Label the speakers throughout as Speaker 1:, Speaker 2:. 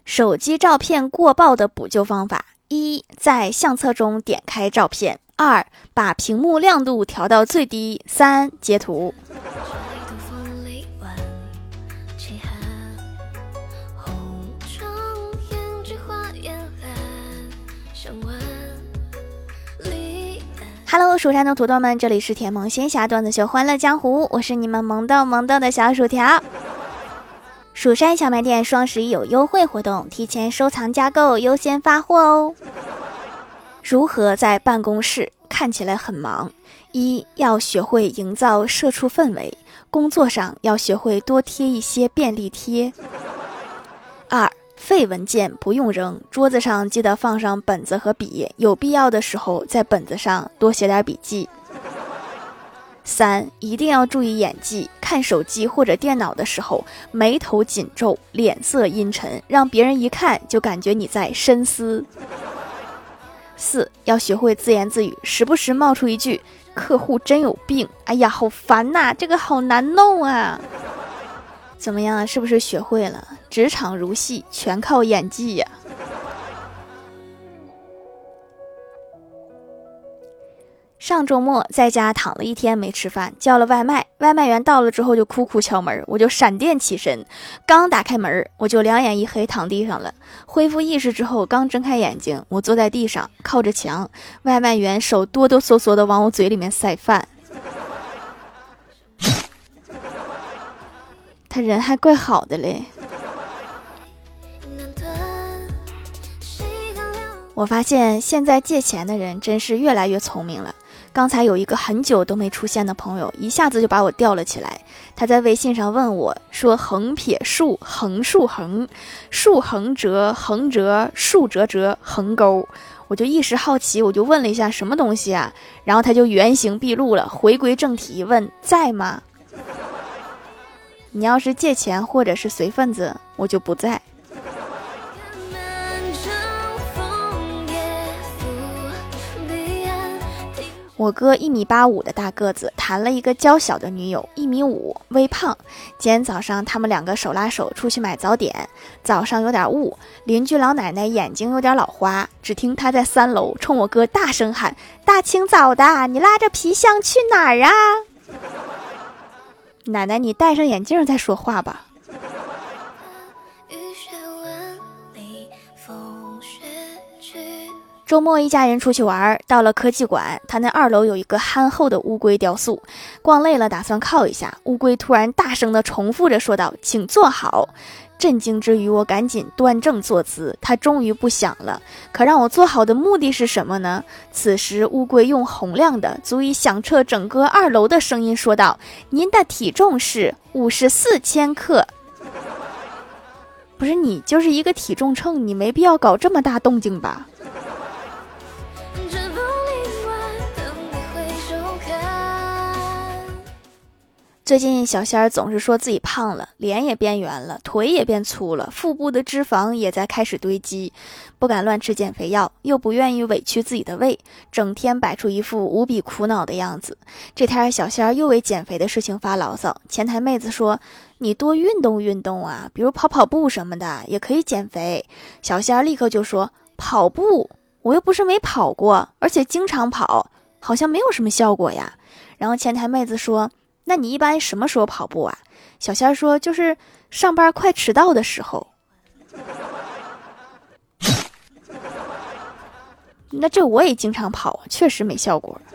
Speaker 1: 手机照片过曝的补救方法：一，在相册中点开照片；二，把屏幕亮度调到最低；三，截图。Hello， 蜀山的土豆们，这里是甜萌仙侠段子秀欢乐江湖，我是你们萌豆的小薯条。蜀山小卖店双11有优惠活动，提前收藏加购优先发货哦。如何在办公室看起来很忙？一，要学会营造社畜氛围，工作上要学会多贴一些便利贴。二，废文件不用扔，桌子上记得放上本子和笔，有必要的时候在本子上多写点笔记。三，一定要注意演技，看手机或者电脑的时候眉头紧皱，脸色阴沉，让别人一看就感觉你在深思。四，要学会自言自语，时不时冒出一句客户真有病，哎呀好烦呐，这个好难弄啊。怎么样，是不是学会了？职场如戏，全靠演技呀。上周末在家躺了一天没吃饭，叫了外卖，外卖员到了之后就哭哭敲门，我就闪电起身，刚打开门我就两眼一黑躺地上了。恢复意识之后刚睁开眼睛，我坐在地上靠着墙，外卖员手哆哆嗦嗦的往我嘴里面塞饭。他人还怪好的嘞。我发现现在借钱的人真是越来越聪明了。刚才有一个很久都没出现的朋友，一下子就把我吊了起来。他在微信上问我说：“横撇竖，横竖横，竖横折，横折，竖折折，横钩。”我就一时好奇，我就问了一下什么东西啊？然后他就原形毕露了，回归正题问在吗？你要是借钱或者是随份子，我就不在。我哥1.85米的大个子，谈了一个娇小的女友1.5米，微胖。今天早上他们两个手拉手出去买早点，早上有点雾，邻居老奶奶眼睛有点老花，只听她在3楼冲我哥大声喊：“大清早的，你拉着皮箱去哪儿啊？”奶奶，你戴上眼镜再说话吧。周末一家人出去玩，到了科技馆，他那2楼有一个憨厚的乌龟雕塑，逛累了打算靠一下，乌龟突然大声地重复着说道：“请坐好。”震惊之余，我赶紧端正坐姿，他终于不响了。可让我坐好的目的是什么呢？此时乌龟用洪亮的足以响彻整个2楼的声音说道：“您的体重是54千克。”不是，你就是一个体重秤，你没必要搞这么大动静吧？最近小仙儿总是说自己胖了，脸也变圆了，腿也变粗了，腹部的脂肪也在开始堆积，不敢乱吃减肥药，又不愿意委屈自己的胃，整天摆出一副无比苦恼的样子。这天小仙儿又为减肥的事情发牢骚，前台妹子说：“你多运动运动啊，比如跑跑步什么的也可以减肥。”小仙儿立刻就说：“跑步？我又不是没跑过，而且经常跑，好像没有什么效果呀。”然后前台妹子说：“那你一般什么时候跑步啊？”小仙儿说：“就是上班快迟到的时候。”那这我也经常跑，确实没效果。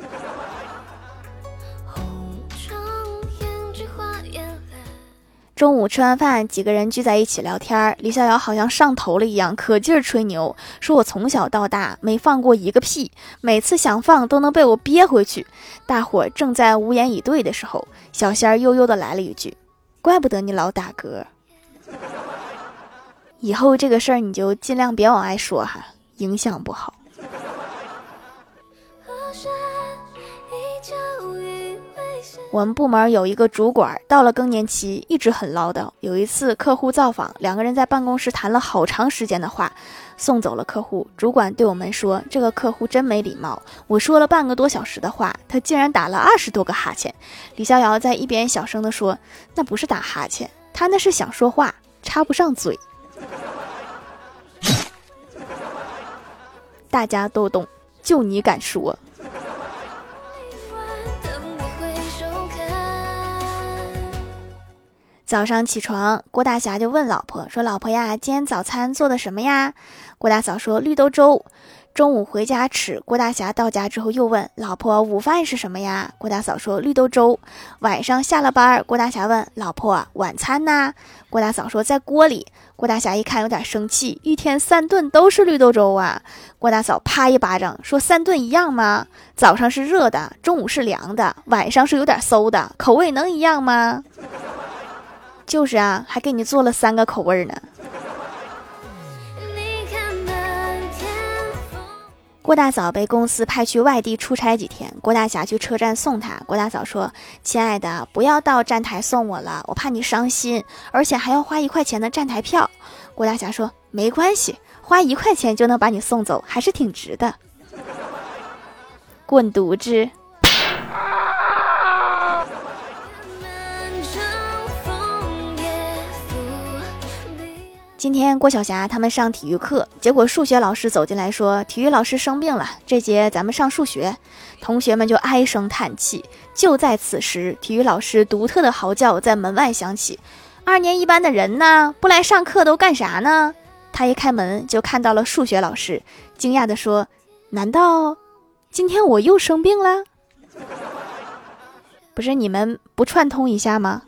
Speaker 1: 中午吃完饭，几个人聚在一起聊天，李逍遥好像上头了一样，可劲儿吹牛，说我从小到大没放过一个屁，每次想放都能被我憋回去。大伙正在无言以对的时候，小仙儿悠悠的来了一句：“怪不得你老打嗝。”以后这个事儿你就尽量别往外说哈，影响不好。我们部门有一个主管，到了更年期一直很唠叨。有一次客户造访，两个人在办公室谈了好长时间的话，送走了客户，主管对我们说：“这个客户真没礼貌，我说了半个多小时的话，他竟然打了20多个哈欠。”李逍遥在一边小声地说：“那不是打哈欠，他那是想说话，插不上嘴。” 大家都懂，就你敢说。早上起床，郭大侠就问老婆说：“老婆呀，今天早餐做的什么呀？”郭大嫂说：“绿豆粥。”中午回家吃，郭大侠到家之后又问老婆：“午饭是什么呀？”郭大嫂说：“绿豆粥。”晚上下了班，郭大侠问老婆：“晚餐呢？”郭大嫂说：“在锅里。”郭大侠一看有点生气，一天3顿都是绿豆粥啊！郭大嫂啪一巴掌说：“3顿一样吗？早上是热的，中午是凉的，晚上是有点馊的，口味能一样吗？”就是啊，还给你做了3个口味呢。郭大嫂被公司派去外地出差几天，郭大侠去车站送她。郭大嫂说：“亲爱的，不要到站台送我了，我怕你伤心，而且还要花1块钱的站台票。”郭大侠说：“没关系，花1块钱就能把你送走，还是挺值的。”滚犊子！今天郭晓霞他们上体育课，结果数学老师走进来说：“体育老师生病了，这节咱们上数学。”同学们就唉声叹气。就在此时，体育老师独特的嚎叫在门外响起：“2年1班的人呢？不来上课都干啥呢？”他一开门就看到了数学老师，惊讶地说：“难道今天我又生病了？不是你们不串通一下吗？”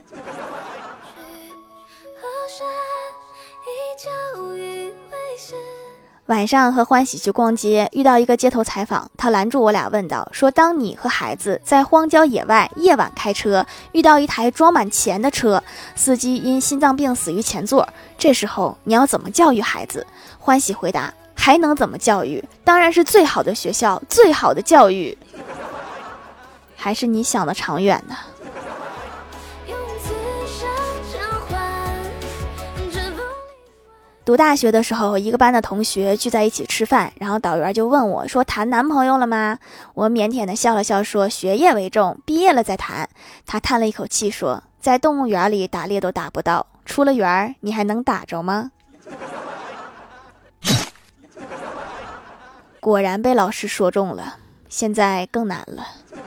Speaker 1: 晚上和欢喜去逛街，遇到一个街头采访，他拦住我俩问道：“说当你和孩子在荒郊野外夜晚开车，遇到一台装满钱的车，司机因心脏病死于前座，这时候你要怎么教育孩子？”欢喜回答：“还能怎么教育？当然是最好的学校，最好的教育。”还是你想的长远呢。读大学的时候，一个班的同学聚在一起吃饭，然后导员就问我说：“谈男朋友了吗？”我腼腆的笑了笑说：“学业为重，毕业了再谈。”他叹了一口气说：“在动物园里打猎都打不到，出了园你还能打着吗？”果然被老师说中了，现在更难了。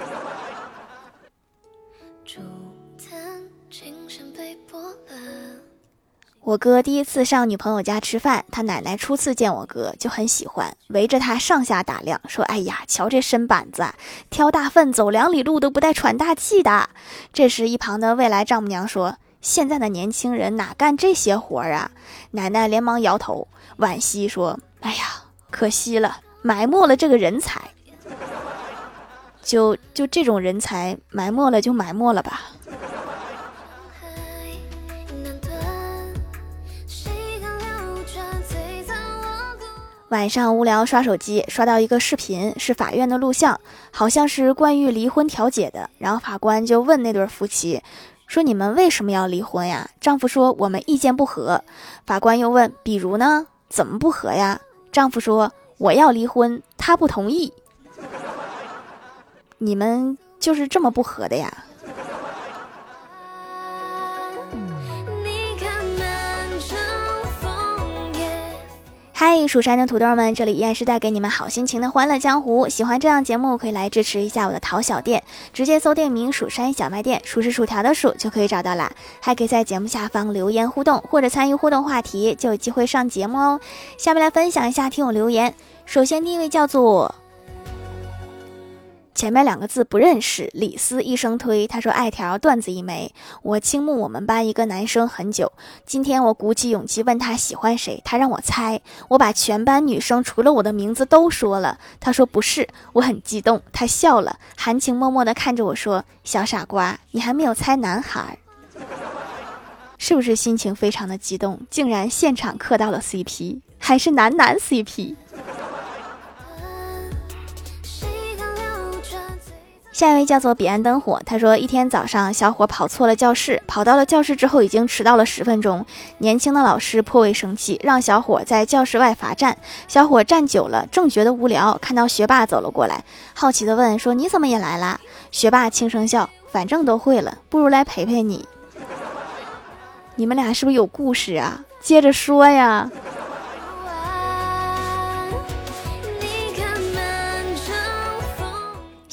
Speaker 1: 我哥第一次上女朋友家吃饭，他奶奶初次见我哥就很喜欢，围着他上下打量，说：“哎呀，瞧这身板子，挑大粪走2里路都不带喘大气的。”这时一旁的未来丈母娘说：“现在的年轻人哪干这些活啊？”奶奶连忙摇头，惋惜说：“哎呀，可惜了，埋没了这个人才。就这种人才，埋没了就埋没了吧。”晚上无聊刷手机，刷到一个视频，是法院的录像，好像是关于离婚调解的。然后法官就问那对夫妻说：“你们为什么要离婚呀？”丈夫说：“我们意见不合。”法官又问：“比如呢？怎么不合呀？”丈夫说：“我要离婚，他不同意。”你们就是这么不合的呀？嗨，蜀山的土豆们，这里依然是带给你们好心情的欢乐江湖。喜欢这样节目可以来支持一下我的淘小店，直接搜店名蜀山小卖店，蜀是薯条的蜀就可以找到啦。还可以在节目下方留言互动，或者参与互动话题，就有机会上节目哦。下面来分享一下听友留言。首先第一位叫做前面2个字不认识，李斯一生推。他说：“爱条段子一枚，我倾慕我们班一个男生很久，今天我鼓起勇气问他喜欢谁，他让我猜，我把全班女生除了我的名字都说了，他说不是，我很激动，他笑了，含情脉脉地看着我说：小傻瓜，你还没有猜男孩。”是不是心情非常的激动，竟然现场磕到了 CP， 还是男 CP。下一位叫做彼岸灯火，他说一天早上小伙跑错了教室，跑到了教室之后已经迟到了10分钟，年轻的老师颇为生气，让小伙在教室外罚站。小伙站久了正觉得无聊，看到学霸走了过来，好奇的问说：“你怎么也来啦？”学霸轻声笑：“反正都会了，不如来陪陪你。”你们俩是不是有故事啊？接着说呀。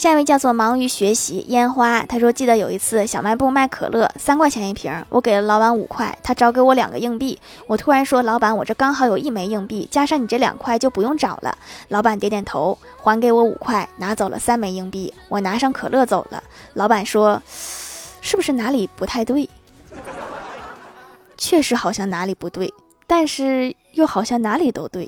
Speaker 1: 下一位叫做忙于学习烟花，他说记得有一次小卖部卖可乐3块钱一瓶，我给了老板5块，他找给我2个硬币，我突然说老板，我这刚好有1枚硬币，加上你这2块就不用找了。老板点点头，还给我5块，拿走了3枚硬币，我拿上可乐走了。老板说是不是哪里不太对？确实好像哪里不对，但是又好像哪里都对。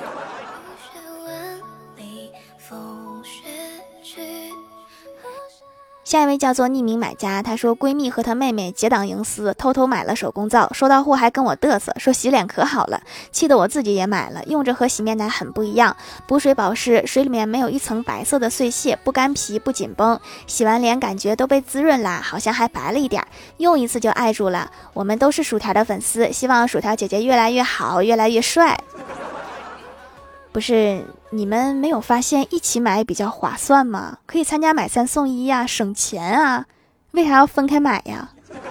Speaker 1: 下一位叫做匿名买家，她说闺蜜和她妹妹结党营私，偷偷买了手工皂，收到货还跟我嘚瑟说洗脸可好了，气得我自己也买了，用着和洗面奶很不一样，补水保湿，水里面没有一层白色的碎屑，不干皮不紧绷，洗完脸感觉都被滋润啦，好像还白了一点，用一次就爱住了。我们都是薯条的粉丝，希望薯条姐姐越来越好，越来越帅。不是你们没有发现一起买比较划算吗？可以参加买3送1呀，省钱啊，为啥要分开买呀？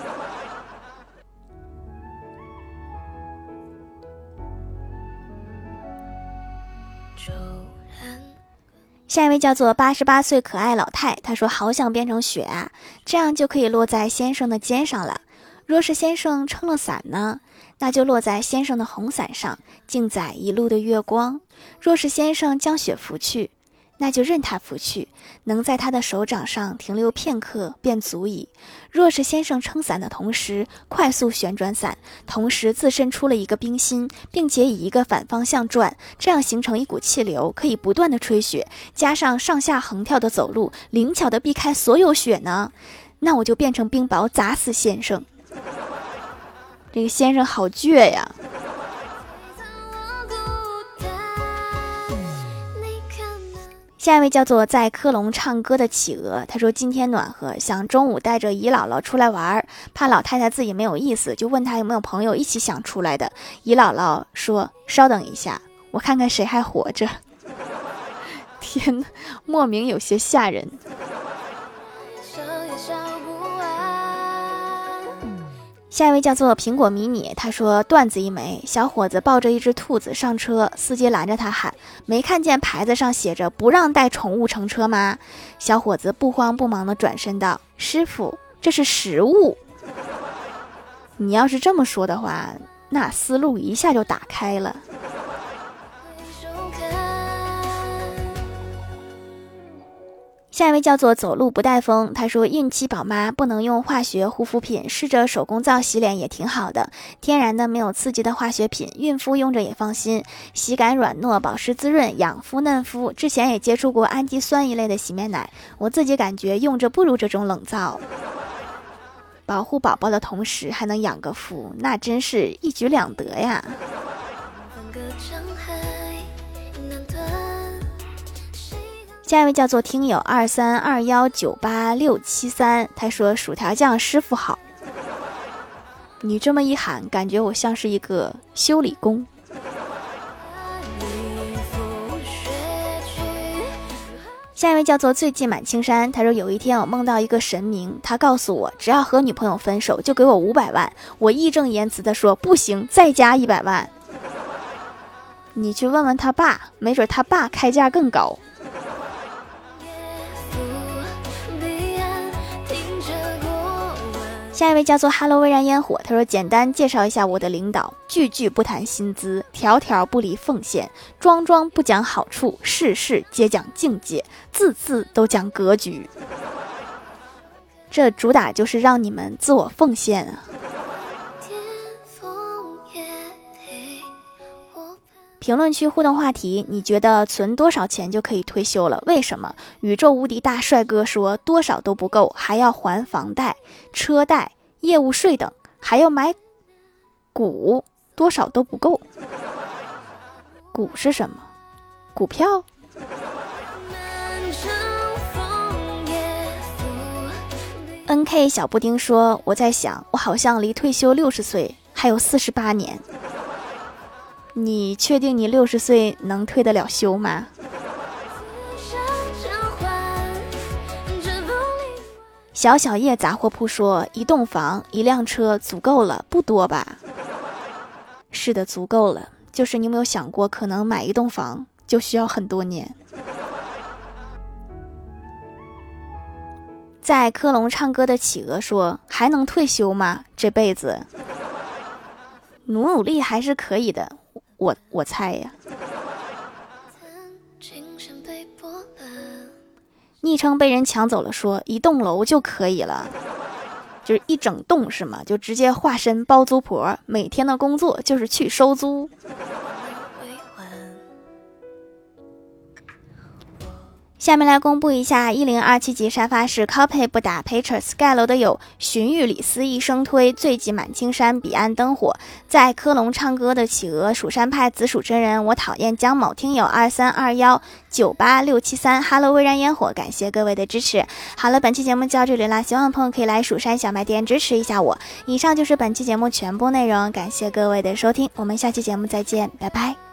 Speaker 1: 下一位叫做88岁可爱老太，她说好想变成雪啊，这样就可以落在先生的肩上了。若是先生撑了伞呢，那就落在先生的红伞上，静载一路的月光。若是先生将雪拂去，那就任他拂去，能在他的手掌上停留片刻便足矣。若是先生撑伞的同时快速旋转伞，同时自伸出了一个冰心，并且以一个反方向转，这样形成一股气流，可以不断的吹雪，加上上下横跳的走路，灵巧的避开所有雪呢，那我就变成冰雹砸死先生。这个先生好倔呀。下一位叫做在科隆唱歌的企鹅，他说今天暖和，想中午带着姨姥姥出来玩，怕老太太自己没有意思，就问他有没有朋友一起想出来的。姨姥姥说稍等一下，我看看谁还活着。天哪，莫名有些吓人。下一位叫做苹果迷你，他说段子一枚，小伙子抱着一只兔子上车，司机拦着他喊，没看见牌子上写着不让带宠物乘车吗？小伙子不慌不忙地转身道，师傅，这是食物。你要是这么说的话，那思路一下就打开了。下一位叫做走路不带风，他说孕期宝妈不能用化学护肤品，试着手工皂洗脸也挺好的，天然的没有刺激的化学品，孕妇用着也放心，洗感软糯，保湿滋润，养肤嫩肤。之前也接触过氨基酸一类的洗面奶，我自己感觉用着不如这种冷皂，保护宝宝的同时还能养个肤，那真是一举两得呀。下一位叫做听友232198673，他说薯条酱师傅好。你这么一喊，感觉我像是一个修理工。下一位叫做最近满青山，他说有一天我梦到一个神明，他告诉我只要和女朋友分手就给我500万，我义正言辞的说不行，再加100万。你去问问他爸，没准他爸开价更高。下一位叫做哈喽微燃烟火，他说简单介绍一下我的领导，句句不谈薪资，条条不离奉献，桩桩不讲好处，事事皆讲境界，字字都讲格局。这主打就是让你们自我奉献啊。评论区互动话题，你觉得存多少钱就可以退休了？为什么？宇宙无敌大帅哥说多少都不够，还要还房贷、车贷、业务税等，还要买股，多少都不够。股是什么？股票？NK 小布丁说，我在想，我好像离退休60岁还有48年。你确定你60岁能退得了休吗？小小叶杂货铺说，一栋房1辆车足够了，不多吧？是的，足够了，就是你有没有想过，可能买一栋房就需要很多年。 在科隆唱歌的企鹅说：“还能退休吗？这辈子努力还是可以的，我猜呀。”昵称被人抢走了说：“一栋楼就可以了。”就是一整栋是吗？就直接化身包租婆，每天的工作就是去收租。下面来公布一下1027级沙发是 copy 不打 Patcher Sky 楼的有荀彧李斯一生推醉骑满青山彼岸灯火，在科隆唱歌的企鹅蜀山派紫薯真人，我讨厌姜某听友232198673 Hello 微燃烟火，感谢各位的支持。好了，本期节目就到这里啦，希望朋友可以来蜀山小卖店支持一下我。以上就是本期节目全部内容，感谢各位的收听，我们下期节目再见，拜拜。